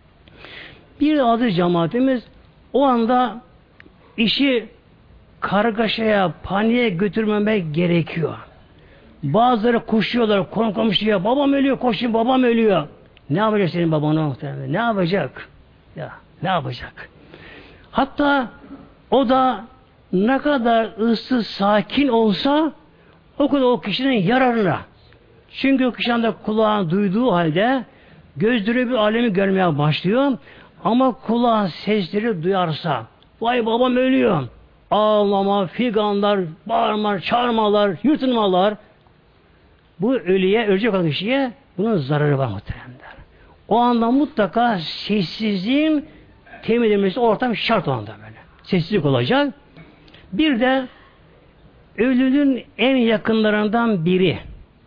Bir aziz cemaatimiz o anda işi kargaşaya, paniğe götürmemek gerekiyor. Bazıları koşuyorlar, komşuya, babam ölüyor, koşun, babam ölüyor. Ne yapacak senin baban muhtemelen? Ne yapacak? Ya, ne yapacak? Hatta o da ne kadar ıssız, sakin olsa o kadar o kişinin yararına. Çünkü o kişinin de kulağın duyduğu halde gözleri bir alemi görmeye başlıyor. Ama kulağın sesleri duyarsa, vay babam ölüyor. Ağlama, figanlar, bağırmalar, çağırmalar, yırtınmalar. Bu ölüye, ölecek olan kişiye bunun zararı var muhtemelen. O anda mutlaka sessizliğin temin edilmesi ortam şart o anda böyle. Sessizlik olacak. Bir de ölünün en yakınlarından biri.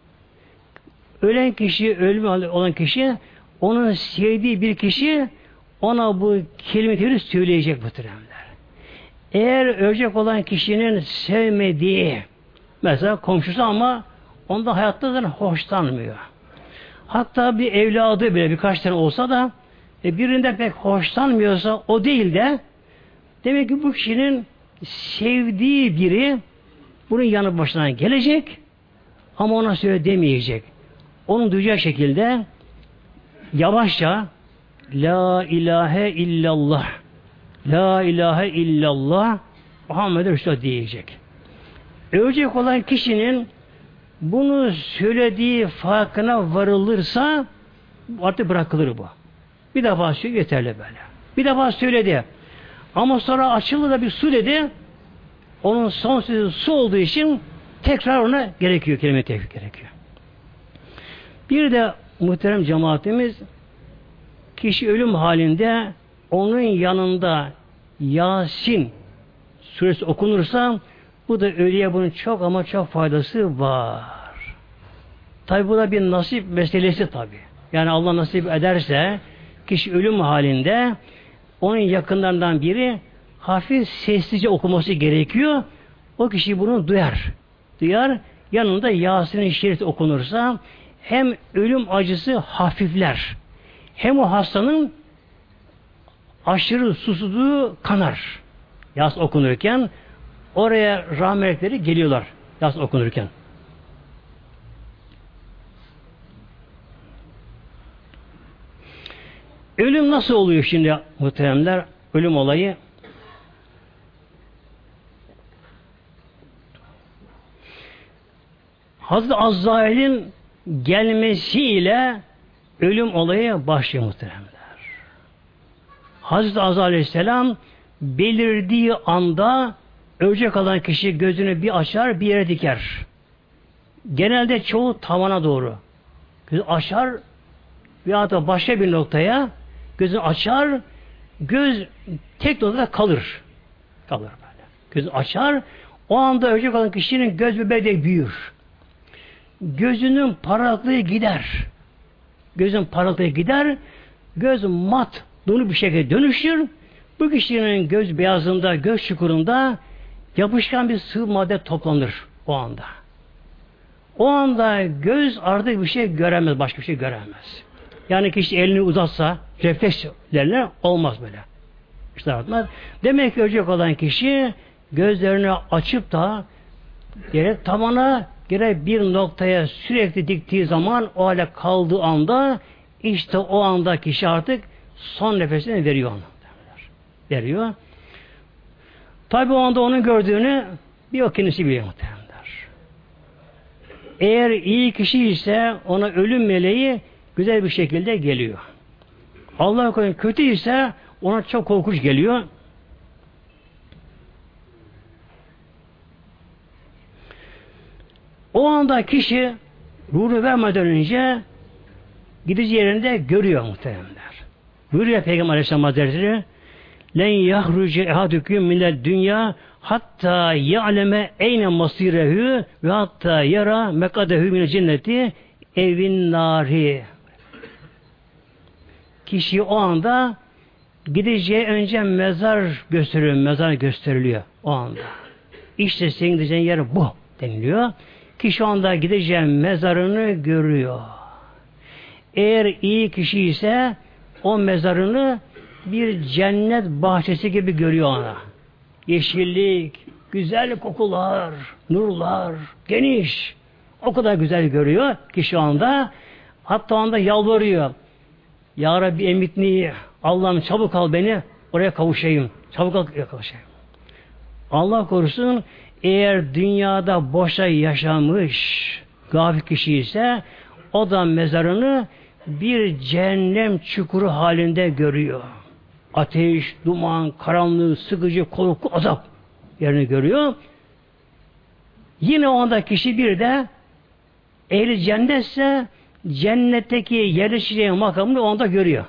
Ölen kişi, ölüm olan kişi, onun sevdiği bir kişi ona bu kelimeleri söyleyecek muhtemelen. Eğer ölecek olan kişinin sevmediği, mesela komşusu ama ondan hayatta zaten hoşlanmıyor. Hatta bir evladı bile birkaç tane olsa da birinden pek hoşlanmıyorsa o değil de demek ki bu kişinin sevdiği biri bunun yanı başına gelecek ama ona söyle demeyecek. Onun duyacak şekilde yavaşça La ilahe illallah La ilahe illallah Muhammed Resulullah diyecek. Ölecek olan kişinin bunu söylediği farkına varılırsa artık bırakılır bu. Bir defa söyledi yeterli böyle. Bir defa söyledi. Ama sonra açıldı da bir su dedi. Onun son sözü su olduğu için tekrar ona gerekiyor. Kelime tevfik gerekiyor. Bir de muhterem cemaatimiz kişi ölüm halinde onun yanında Yasin suresi okunursa bu da ölüye bunun çok ama çok faydası var. Tabi bu da bir nasip meselesi tabi. Yani Allah nasip ederse kişi ölüm halinde onun yakınlarından biri hafif sessizce okuması gerekiyor. O kişi bunu duyar. Duyar. Yanında Yasin-i Şerif okunursa hem ölüm acısı hafifler. Hem o hastanın aşırı susuzluğu kanar. Yasin okunurken oraya rahmetleri geliyorlar. Yasin okunurken. Ölüm nasıl oluyor şimdi muhteremler? Ölüm olayı. Hazreti Azrail'in gelmesiyle ölüm olayı başlıyor muhteremler. Hazreti Azrail Aleyhisselam belirdiği anda ölecek olan kişi gözünü bir açar bir yere diker. Genelde çoğu tavana doğru. Gözü açar veya da başka bir noktaya gözünü açar, göz tek noktada kalır. Kalır böyle. Gözü açar, o anda ölecek olan kişinin göz bebeği de büyür. Gözünün parlaklığı gider. Gözün parlaklığı gider, göz mat, donu bir şekilde dönüşür. Bu kişinin göz beyazında, göz çukurunda yapışkan bir sıvı madde toplanır o anda. O anda göz artık bir şey göremez, başka bir şey göremez. Yani kişi elini uzatsa, reflekslerle olmaz böyle. İşte artmaz. Demek ki ölecek olan kişi gözlerini açıp da gerek tavana gerek bir noktaya sürekli diktiği zaman o hale kaldığı anda işte o anda kişi artık son nefesini veriyor onu. Veriyor. Tabi o anda onun gördüğünü bir o kendisi biliyor muhtemelenler. Eğer iyi kişi ise ona ölüm meleği güzel bir şekilde geliyor. Allah korusun kötü ise ona çok korkunç geliyor. O anda kişi ruhunu vermeden önce gidici yerinde görüyor muhtemelenler. Buyuruyor Peygamber Aleyhisselam Hazretleri, len yahruce ehadüküm mined dünya hatta ya'leme eyne masirehu ve hatta yara mekadehu minel cenneti evin nari. Kişi o anda gideceği önce mezar gösteriliyor o anda. İşte senin gideceğin yer bu deniliyor. Kişi o anda gideceği mezarını görüyor. Eğer iyi kişi ise o mezarını bir cennet bahçesi gibi görüyor ona. Yeşillik, güzel kokular, nurlar, geniş. O kadar güzel görüyor ki şu anda. Hatta o anda yalvarıyor. Ya Rabbi emitni, Allah'ım çabuk al beni, oraya kavuşayım. Çabuk al kavuşayım. Allah korusun, eğer dünyada boşa yaşamış gafil kişi ise o da mezarını bir cehennem çukuru halinde görüyor. Ateş, duman, karanlık, sıkıcı, korku, azap yerini görüyor. Yine o anda kişi bir de ehli cennetse cennetteki yerleşeceği makamını o anda görüyor.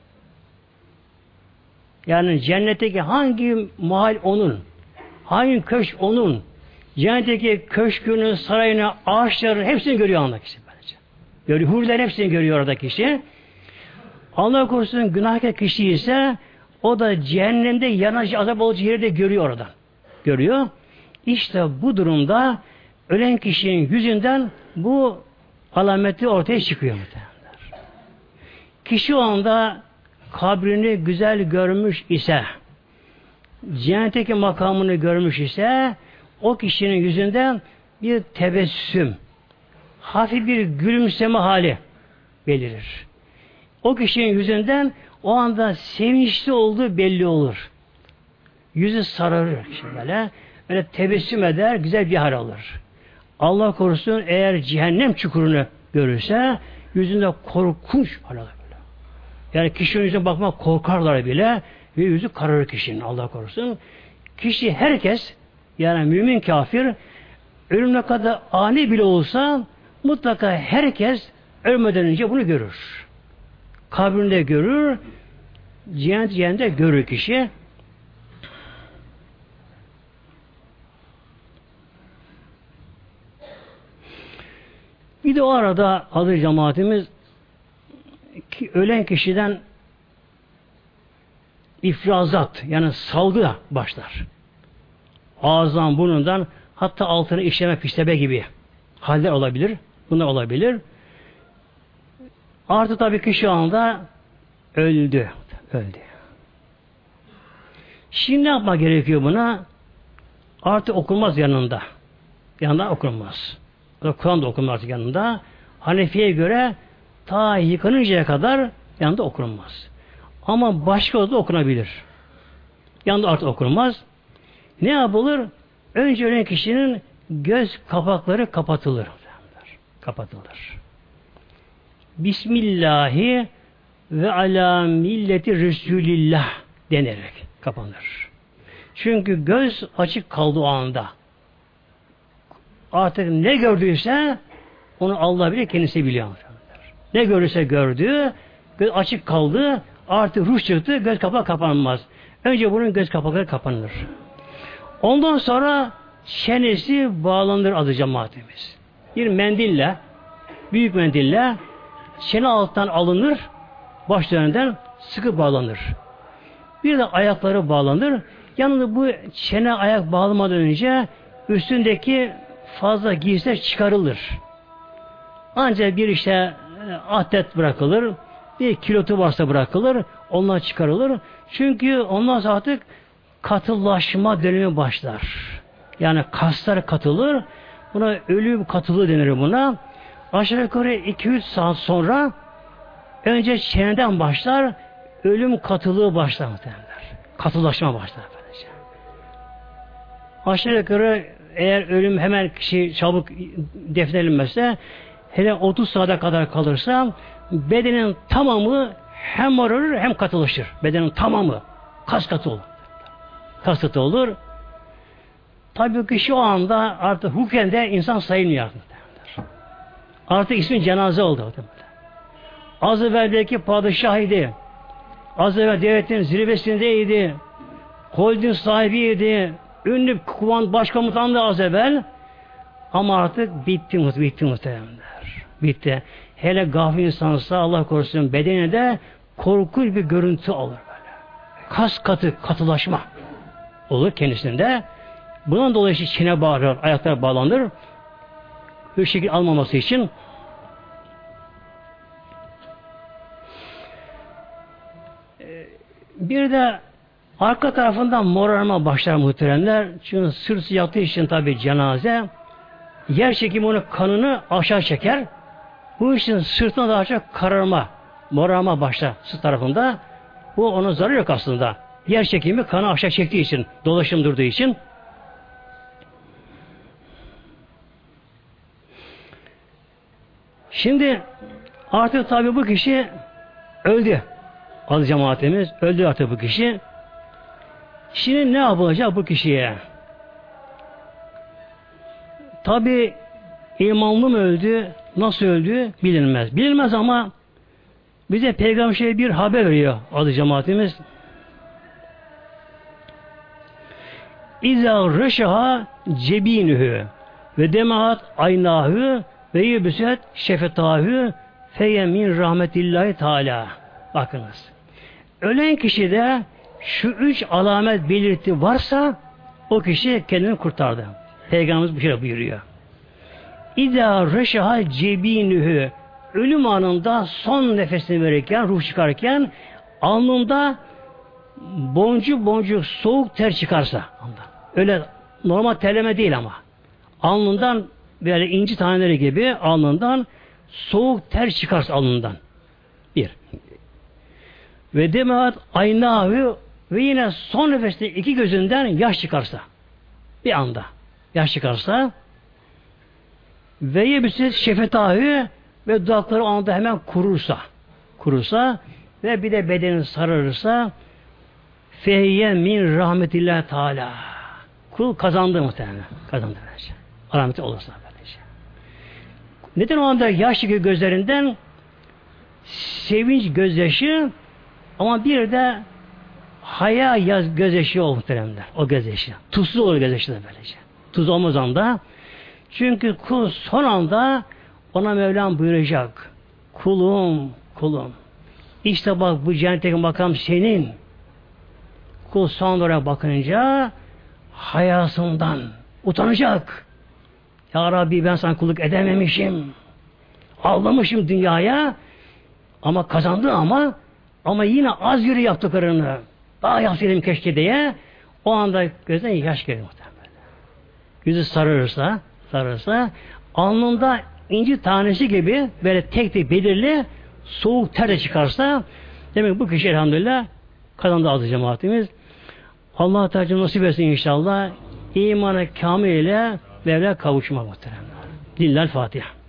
Yani cennetteki hangi mahal onun, hangi köşk onun, cennetteki köşkünü, sarayını, ağaçları hepsini görüyor o anda kişi. Görüyor, huriler hepsini görüyor orada kişi. Allah korusun günahkar kişi ise o da cehennemde yanıcı azap olacağı yeri de görüyor oradan. Görüyor. İşte bu durumda ölen kişinin yüzünden bu alameti ortaya çıkıyor. Kişi o anda kabrini güzel görmüş ise, cennetteki makamını görmüş ise, o kişinin yüzünden bir tebessüm, hafif bir gülümseme hali belirir. O kişinin yüzünden o anda sevinçli olduğu belli olur. Yüzü sararır böyle. Öyle tebessüm eder, güzel bir hal alır. Allah korusun eğer cehennem çukurunu görürse yüzünde korkunç hal alır. Yani kişinin yüzüne bakmak korkarlar bile ve yüzü kararır kişinin, Allah korusun. Kişi herkes yani mümin kafir ölümüne kadar ani bile olsa mutlaka herkes ölmeden önce bunu görür. Kabrinde görür, cehennette görür kişi. Bir de o arada adı cemaatimiz ki ölen kişiden ifrazat yani salgı başlar. Ağızdan, burnundan hatta altına işleme, pisleme gibi haller olabilir. Bunlar olabilir. Artı tabii ki şu anda öldü. Öldü. Şimdi ne yapmak gerekiyor buna? Artık okunmaz yanında. Yanında okunmaz. Kur'an da okunmaz yanında. Hanefi'ye göre ta yıkanıncaya kadar yanında okunmaz. Ama başka odada okunabilir. Yanında artık okunmaz. Ne yapılır? Önce ölen kişinin göz kapakları kapatılır. Kapatılır. Bismillahi ve ala milleti Resulillah denerek kapanır. Çünkü göz açık kaldı o anda. Artık ne gördüyse onu Allah bile kendisi biliyor. Ne görürse gördü, göz açık kaldı, artık ruh çıktı, göz kapağı kapanmaz. Önce bunun göz kapakları kapanır. Ondan sonra çenesi bağlanır adı cemaatimiz. Bir mendille, büyük mendille çene alttan alınır, baş dönenden sıkı bağlanır. Bir de ayakları bağlanır. Yanında bu çene ayak bağlamadan önce üstündeki fazla giysiler çıkarılır. Ancak bir işte atlet bırakılır, bir kilotu varsa bırakılır, onlar çıkarılır. Çünkü ondan sonra artık katılaşma dönemi başlar. Yani kaslar katılır, buna ölüm katılığı denir buna. Aşağı yukarı 2-3 saat sonra önce çeneden başlar, ölüm katılığı başlar derler. Katılaşma başlar. Aşağı yukarı eğer ölüm hemen kişi çabuk defnedilmezse hele 30 saate kadar kalırsa bedenin tamamı hem morarır hem katılaşır. Bedenin tamamı kas katı olur. Kas katı olur. Tabii ki şu anda artık hukuken de insan sayılmıyor. Artık ismi cenaze oldu. Az evveldeki padişahıydı. Az evvel devletin zirvesindeydi. Holding sahibiydi. Ünlü başkomutandı az evvel. Ama artık bitti muhtemelenler. Bitti. Hele gafil insansa Allah korusun bedenine de korkunç bir görüntü olur böyle. Kas katılaşma olur kendisinde. Bundan dolayı çene bağırır, ayaklar bağlanır. Bir şekil almaması için bir de arka tarafından morarma başlar muhteremler. Çünkü sırtı yattığı için tabi cenaze yer çekimi onun kanını aşağı çeker. Bu için sırtına daha çok kararma, morarma başlar sırt tarafında. Bu ona zarar yok aslında. Yer çekimi kanı aşağı çektiği için, dolaşım durduğu için. Şimdi artık tabi bu kişi öldü. Aziz cemaatimiz öldü artık bu kişi. Şimdi ne yapılacak bu kişiye? Tabi imanlı mı öldü, nasıl öldü bilinmez. Bilinmez ama bize Peygamber bir haber veriyor aziz cemaatimiz. İzâ rışaha cebînühü ve demaat aynâhü ve yubüset şefetâhü feyye min rahmetillahi teâlâ. Bakınız. Ölen kişide şu 3 alamet belirti varsa o kişi kendini kurtardı. Peygamberimiz bu şöyle buyuruyor. İzâ rışaha cebînühü, ölüm anında son nefesini verirken, ruh çıkarken alnında boncuk boncuk soğuk ter çıkarsa, öyle normal terleme değil ama alnından böyle inci taneleri gibi alnından soğuk ter çıkarsa alnından. Bir. Ve demaat aynâhü ve yine son nefeste 2 gözünden yaş çıkarsa bir anda yaş çıkarsa ve yebüset şefetâhü ve dudakları o anda hemen kurursa ve bir de bedeni sararırsa feyye min rahmetillah teâlâ. Kul kazandı muhtemelen. Kazandı bence. Rahmeti olursa böylece. Neden o anda yaş çıkıyor gözlerinden? Sevinç gözyaşı ama bir de haya gözyaşı olur muhteremler. O gözyaşı. Tuzsuz olur gözyaşı da böylece. Tuz olmaz anda. Çünkü kul son anda ona Mevlam buyuracak. Kulum. İşte bak bu cennetteki makam senin. Kul son olarak bakınca hayasından utanacak. Ya Rabbi ben sana kulluk edememişim. Ağlamışım dünyaya ama kazandı ama yine az yürü yaptıklarını daha yapsaydım keşke diye o anda gözden yaş geliyor muhtemelen. Yüzü sararırsa alnında inci tanesi gibi böyle tek belirli soğuk ter de çıkarsa demek bu kişi elhamdülillah kazandı aziz cemaatimiz. Allah Teala nasip etsin inşallah imanı kamil ile Mevla kavuşmak muhteremler. Lillahi'l Fatiha.